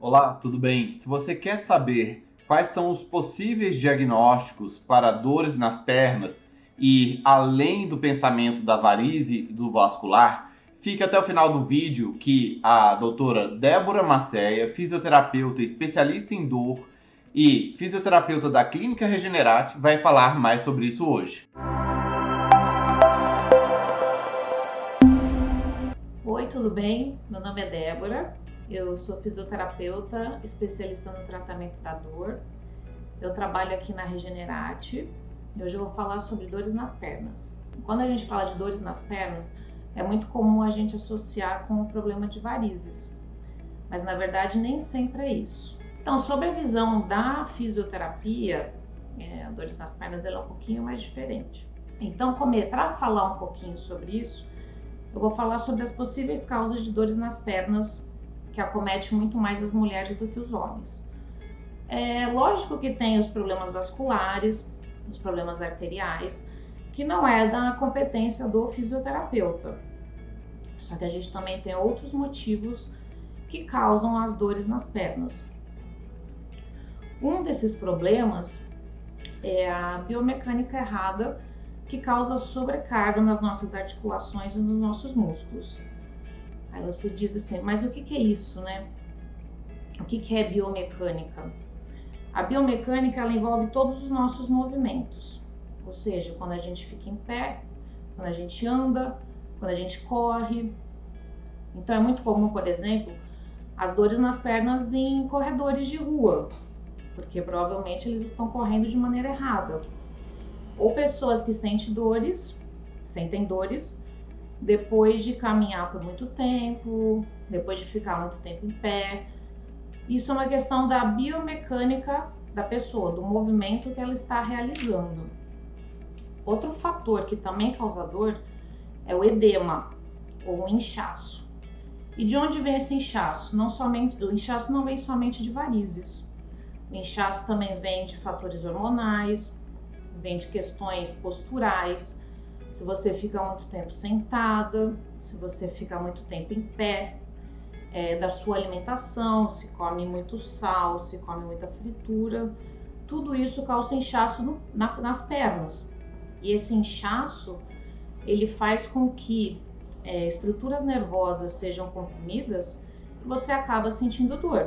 Olá, tudo bem? Se você quer saber quais são os possíveis diagnósticos para dores nas pernas e além do pensamento da varize e do vascular, fique até o final do vídeo que a doutora Débora Macéia, fisioterapeuta especialista em dor e fisioterapeuta da Clínica Regenerate, vai falar mais sobre isso hoje. Oi, tudo bem? Meu nome é Débora, eu sou fisioterapeuta, especialista no tratamento da dor. Eu trabalho aqui na Regenerate e hoje eu vou falar sobre dores nas pernas. Quando a gente fala de dores nas pernas, é muito comum a gente associar com o problema de varizes, mas na verdade nem sempre é isso. Então, sobre a visão da fisioterapia, dores nas pernas ela é um pouquinho mais diferente. Então, para falar um pouquinho sobre isso, eu vou falar sobre as possíveis causas de dores nas pernas, que acomete muito mais as mulheres do que os homens. É lógico que tem os problemas vasculares, os problemas arteriais, que não é da competência do fisioterapeuta. Só que a gente também tem outros motivos que causam as dores nas pernas. Um desses problemas é a biomecânica errada, que causa sobrecarga nas nossas articulações e nos nossos músculos. Aí você diz assim, mas o que é isso, né? O que é biomecânica? A biomecânica ela envolve todos os nossos movimentos, ou seja, quando a gente fica em pé, quando a gente anda, quando a gente corre. Então é muito comum, por exemplo, as dores nas pernas em corredores de rua, porque provavelmente eles estão correndo de maneira errada. Ou pessoas que sentem dores depois de caminhar por muito tempo, depois de ficar muito tempo em pé. Isso é uma questão da biomecânica da pessoa, do movimento que ela está realizando. Outro fator que também causa dor é o edema ou o inchaço. E de onde vem esse inchaço? O inchaço não vem somente de varizes. O inchaço também vem de fatores hormonais, vem de questões posturais, se você fica muito tempo sentada, se você fica muito tempo em pé, da sua alimentação, se come muito sal, se come muita fritura, tudo isso causa inchaço nas pernas. E esse inchaço, ele faz com que estruturas nervosas sejam comprimidas e você acaba sentindo dor.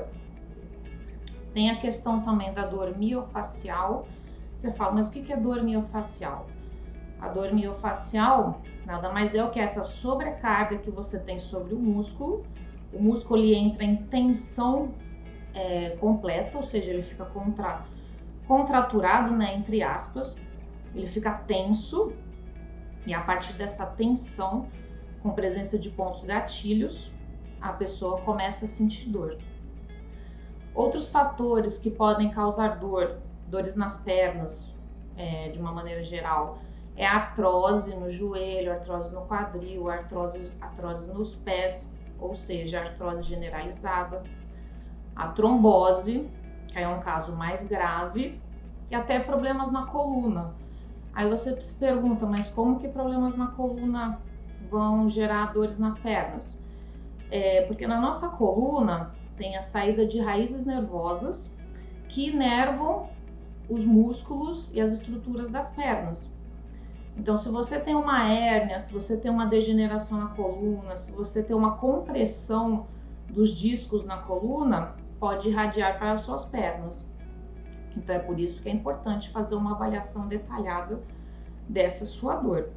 Tem a questão também da dor miofascial. Você fala, mas o que é dor miofascial? A dor miofascial nada mais é o que essa sobrecarga que você tem sobre o músculo. O músculo ele entra em tensão completa, ou seja, ele fica contraturado, né, entre aspas. Ele fica tenso e a partir dessa tensão, com presença de pontos gatilhos, a pessoa começa a sentir dor. Outros fatores que podem causar dores nas pernas, de uma maneira geral, é a artrose no joelho, artrose no quadril, artrose nos pés, ou seja, artrose generalizada, a trombose, que é um caso mais grave, e até problemas na coluna. Aí você se pergunta, mas como que problemas na coluna vão gerar dores nas pernas? Porque na nossa coluna tem a saída de raízes nervosas que inervam os músculos e as estruturas das pernas. Então, se você tem uma hérnia, se você tem uma degeneração na coluna, se você tem uma compressão dos discos na coluna, pode irradiar para as suas pernas. Então, é por isso que é importante fazer uma avaliação detalhada dessa sua dor.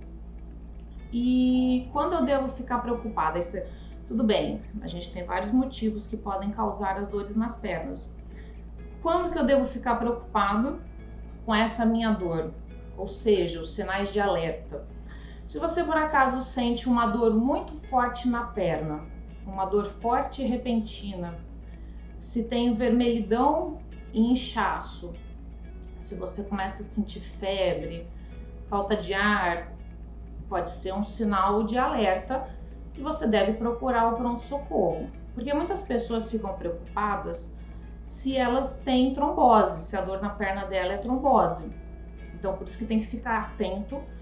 E quando eu devo ficar preocupada? Tudo bem, a gente tem vários motivos que podem causar as dores nas pernas. Quando que eu devo ficar preocupado com essa minha dor? Ou seja, os sinais de alerta. Se você por acaso sente uma dor muito forte na perna, uma dor forte e repentina, se tem vermelhidão e inchaço, se você começa a sentir febre, falta de ar, pode ser um sinal de alerta e você deve procurar o pronto-socorro. Porque muitas pessoas ficam preocupadas se elas têm trombose, se a dor na perna dela é trombose. Então, por isso que tem que ficar atento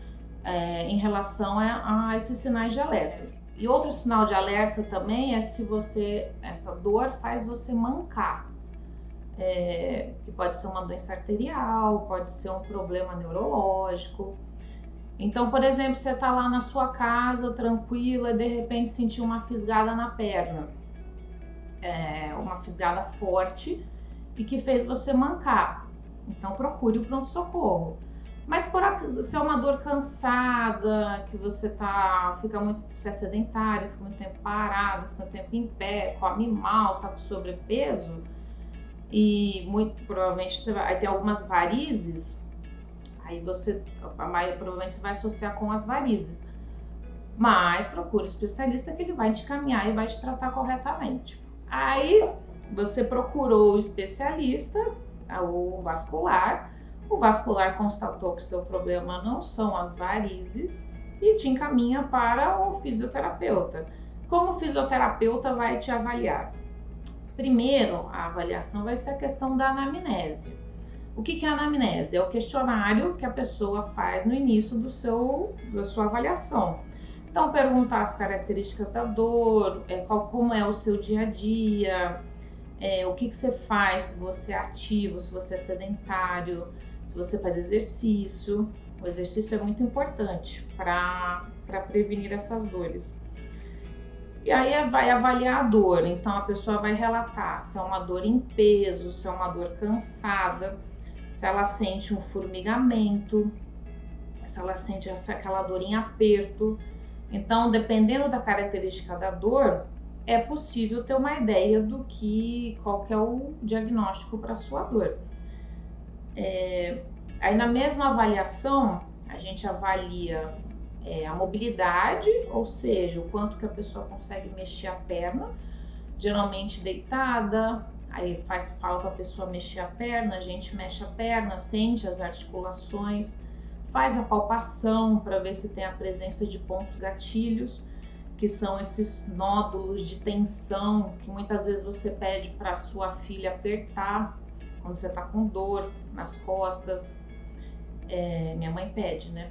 em relação a esses sinais de alertas. E outro sinal de alerta também é se essa dor faz você mancar. Que pode ser uma doença arterial, pode ser um problema neurológico. Então, por exemplo, você está lá na sua casa, tranquila, e de repente sentiu uma fisgada na perna. Uma fisgada forte e que fez você mancar. Então, procure o pronto-socorro. Mas se é uma dor cansada, que você é sedentário, fica muito tempo parado, fica muito tempo em pé, come mal, tá com sobrepeso, e muito provavelmente você vai ter algumas varizes, aí provavelmente você vai associar com as varizes. Mas procure um especialista que ele vai te encaminhar e vai te tratar corretamente. Aí você procurou o especialista, o vascular constatou que seu problema não são as varizes e te encaminha para o fisioterapeuta. Como o fisioterapeuta vai te avaliar? Primeiro, a avaliação vai ser a questão da anamnese. O que é a anamnese? É o questionário que a pessoa faz no início da sua avaliação. Então, perguntar as características da dor, como é o seu dia a dia, o que você faz, se você é ativo, se você é sedentário, se você faz exercício. O exercício é muito importante para prevenir essas dores. E aí vai avaliar a dor, então a pessoa vai relatar se é uma dor em peso, se é uma dor cansada, se ela sente um formigamento, se ela sente aquela dor em aperto. Então, dependendo da característica da dor, é possível ter uma ideia qual que é o diagnóstico para a sua dor. Aí na mesma avaliação, a gente avalia a mobilidade, ou seja, o quanto que a pessoa consegue mexer a perna, geralmente deitada, aí fala para a pessoa mexer a perna, a gente mexe a perna, sente as articulações, faz a palpação para ver se tem a presença de pontos gatilhos, que são esses nódulos de tensão que muitas vezes você pede para sua filha apertar quando você está com dor nas costas. Minha mãe pede, né?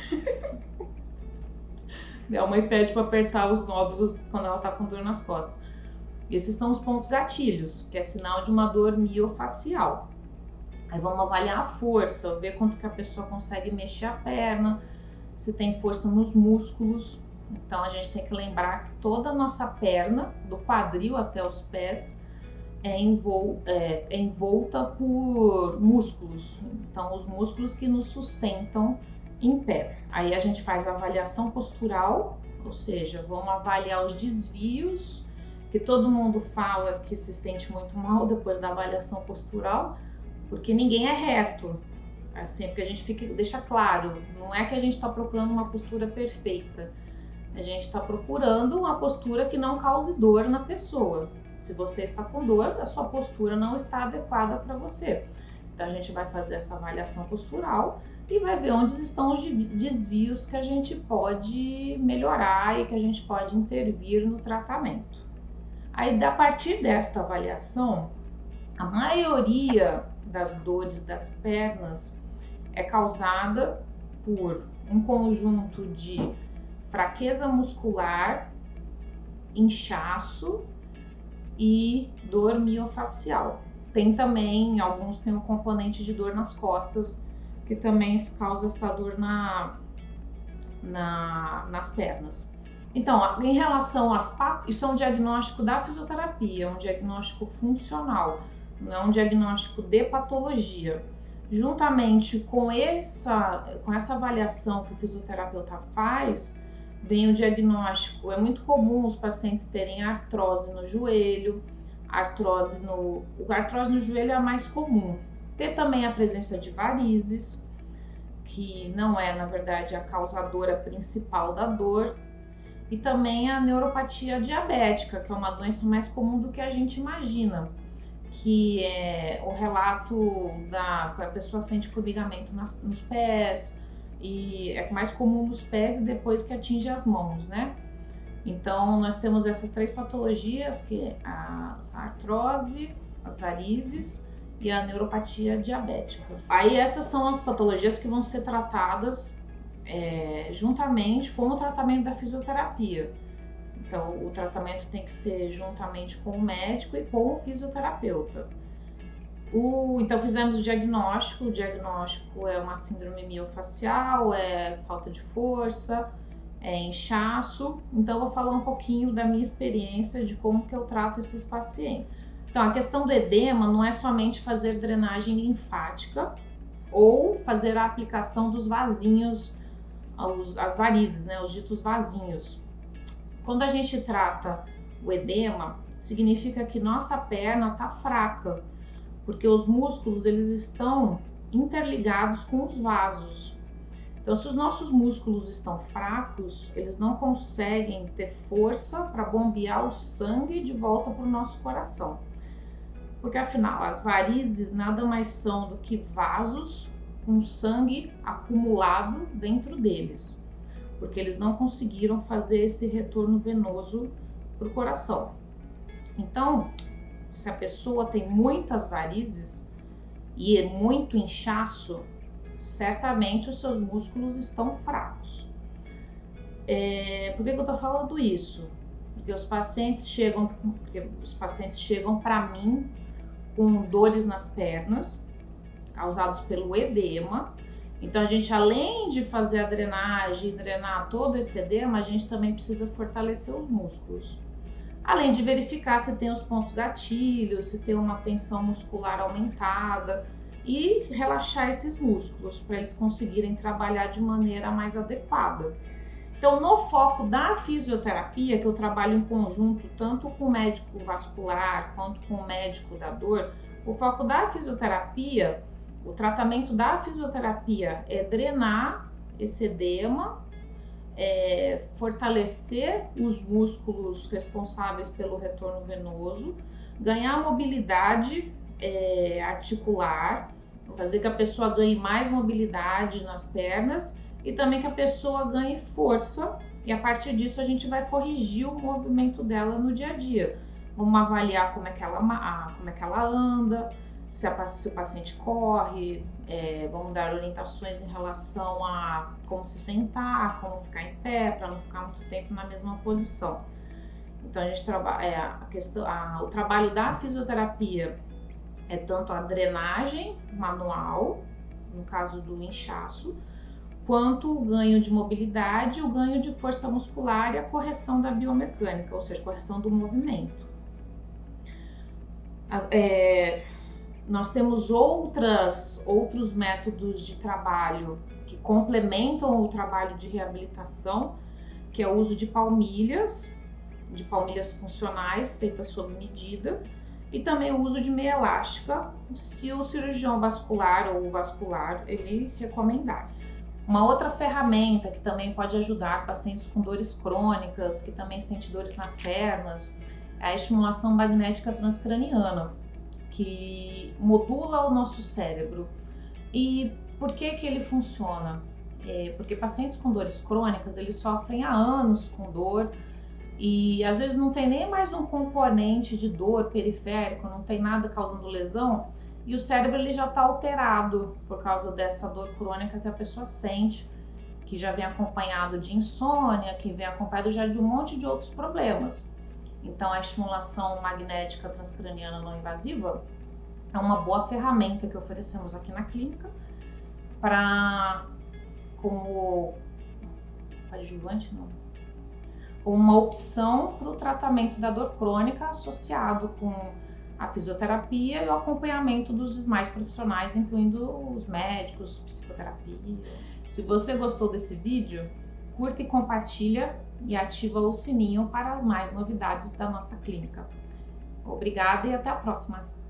Minha mãe pede para apertar os nódulos quando ela está com dor nas costas. Esses são os pontos gatilhos, que é sinal de uma dor miofacial. Aí vamos avaliar a força, ver quanto que a pessoa consegue mexer a perna, se tem força nos músculos. Então a gente tem que lembrar que toda a nossa perna, do quadril até os pés, é envolta por músculos. Então os músculos que nos sustentam em pé. Aí a gente faz a avaliação postural, ou seja, vamos avaliar os desvios, que todo mundo fala que se sente muito mal depois da avaliação postural, porque ninguém é reto, assim, porque a gente deixa claro, não é que a gente está procurando uma postura perfeita, a gente está procurando uma postura que não cause dor na pessoa. Se você está com dor, a sua postura não está adequada para você. Então a gente vai fazer essa avaliação postural e vai ver onde estão os desvios que a gente pode melhorar e que a gente pode intervir no tratamento. Aí, a partir desta avaliação, a maioria das dores das pernas é causada por um conjunto de fraqueza muscular, inchaço e dor miofacial. Alguns têm um componente de dor nas costas, que também causa essa dor nas pernas. Então, em relação isso é um diagnóstico da fisioterapia, é um diagnóstico funcional, não é um diagnóstico de patologia. Juntamente com essa avaliação que o fisioterapeuta faz, vem o diagnóstico. É muito comum os pacientes terem artrose no joelho, artrose no joelho é a mais comum. Ter também a presença de varizes, que não é, na verdade, a causadora principal da dor, e também a neuropatia diabética, que é uma doença mais comum do que a gente imagina, que é o relato que a pessoa sente formigamento nos pés, e é mais comum nos pés e depois que atinge as mãos, né? Então, nós temos essas 3 patologias, que é a artrose, as varizes e a neuropatia diabética. Aí essas são as patologias que vão ser tratadas juntamente com o tratamento da fisioterapia. Então, o tratamento tem que ser juntamente com o médico e com o fisioterapeuta. Então, fizemos o diagnóstico. O diagnóstico é uma síndrome miofacial, é falta de força, é inchaço. Então, eu vou falar um pouquinho da minha experiência de como que eu trato esses pacientes. Então, a questão do edema não é somente fazer drenagem linfática ou fazer a aplicação dos vasinhos, as varizes, né, os ditos vasinhos. Quando a gente trata o edema, significa que nossa perna está fraca, porque os músculos eles estão interligados com os vasos. Então, se os nossos músculos estão fracos, eles não conseguem ter força para bombear o sangue de volta para o nosso coração. Porque afinal, as varizes nada mais são do que vasos com sangue acumulado dentro deles, porque eles não conseguiram fazer esse retorno venoso para o coração. Então, se a pessoa tem muitas varizes e é muito inchaço, certamente os seus músculos estão fracos. Por que eu estou falando isso? Porque os pacientes chegam para mim com dores nas pernas, causados pelo edema. Então, a gente, além de fazer a drenagem e drenar todo esse edema, a gente também precisa fortalecer os músculos. Além de verificar se tem os pontos gatilhos, se tem uma tensão muscular aumentada e relaxar esses músculos para eles conseguirem trabalhar de maneira mais adequada. Então, no foco da fisioterapia, que eu trabalho em conjunto tanto com o médico vascular quanto com o médico da dor, o foco da fisioterapia, o tratamento da fisioterapia é drenar esse edema, fortalecer os músculos responsáveis pelo retorno venoso, ganhar mobilidade articular, fazer que a pessoa ganhe mais mobilidade nas pernas e também que a pessoa ganhe força, e a partir disso a gente vai corrigir o movimento dela no dia a dia. Vamos avaliar como é que ela anda, se o paciente corre, vamos dar orientações em relação a como se sentar, como ficar em pé, para não ficar muito tempo na mesma posição. Então, a gente trabalha, o trabalho da fisioterapia é tanto a drenagem manual, no caso do inchaço, quanto o ganho de mobilidade, o ganho de força muscular e a correção da biomecânica, ou seja, correção do movimento. Nós temos outros métodos de trabalho que complementam o trabalho de reabilitação, que é o uso de palmilhas funcionais feitas sob medida, e também o uso de meia elástica, se o cirurgião vascular ou o vascular ele recomendar. Uma outra ferramenta que também pode ajudar pacientes com dores crônicas, que também sentem dores nas pernas, é a estimulação magnética transcraniana, que modula o nosso cérebro. E por que ele funciona? Porque pacientes com dores crônicas, eles sofrem há anos com dor e às vezes não tem nem mais um componente de dor periférico, não tem nada causando lesão, e o cérebro ele já está alterado por causa dessa dor crônica que a pessoa sente, que já vem acompanhado de insônia, que vem acompanhado já de um monte de outros problemas. Então, a estimulação magnética transcraniana não invasiva é uma boa ferramenta que oferecemos aqui na clínica como adjuvante, não, como uma opção para o tratamento da dor crônica associado com a fisioterapia e o acompanhamento dos demais profissionais, incluindo os médicos, psicoterapia. Se você gostou desse vídeo, curta e compartilha e ativa o sininho para mais novidades da nossa clínica. Obrigada e até a próxima!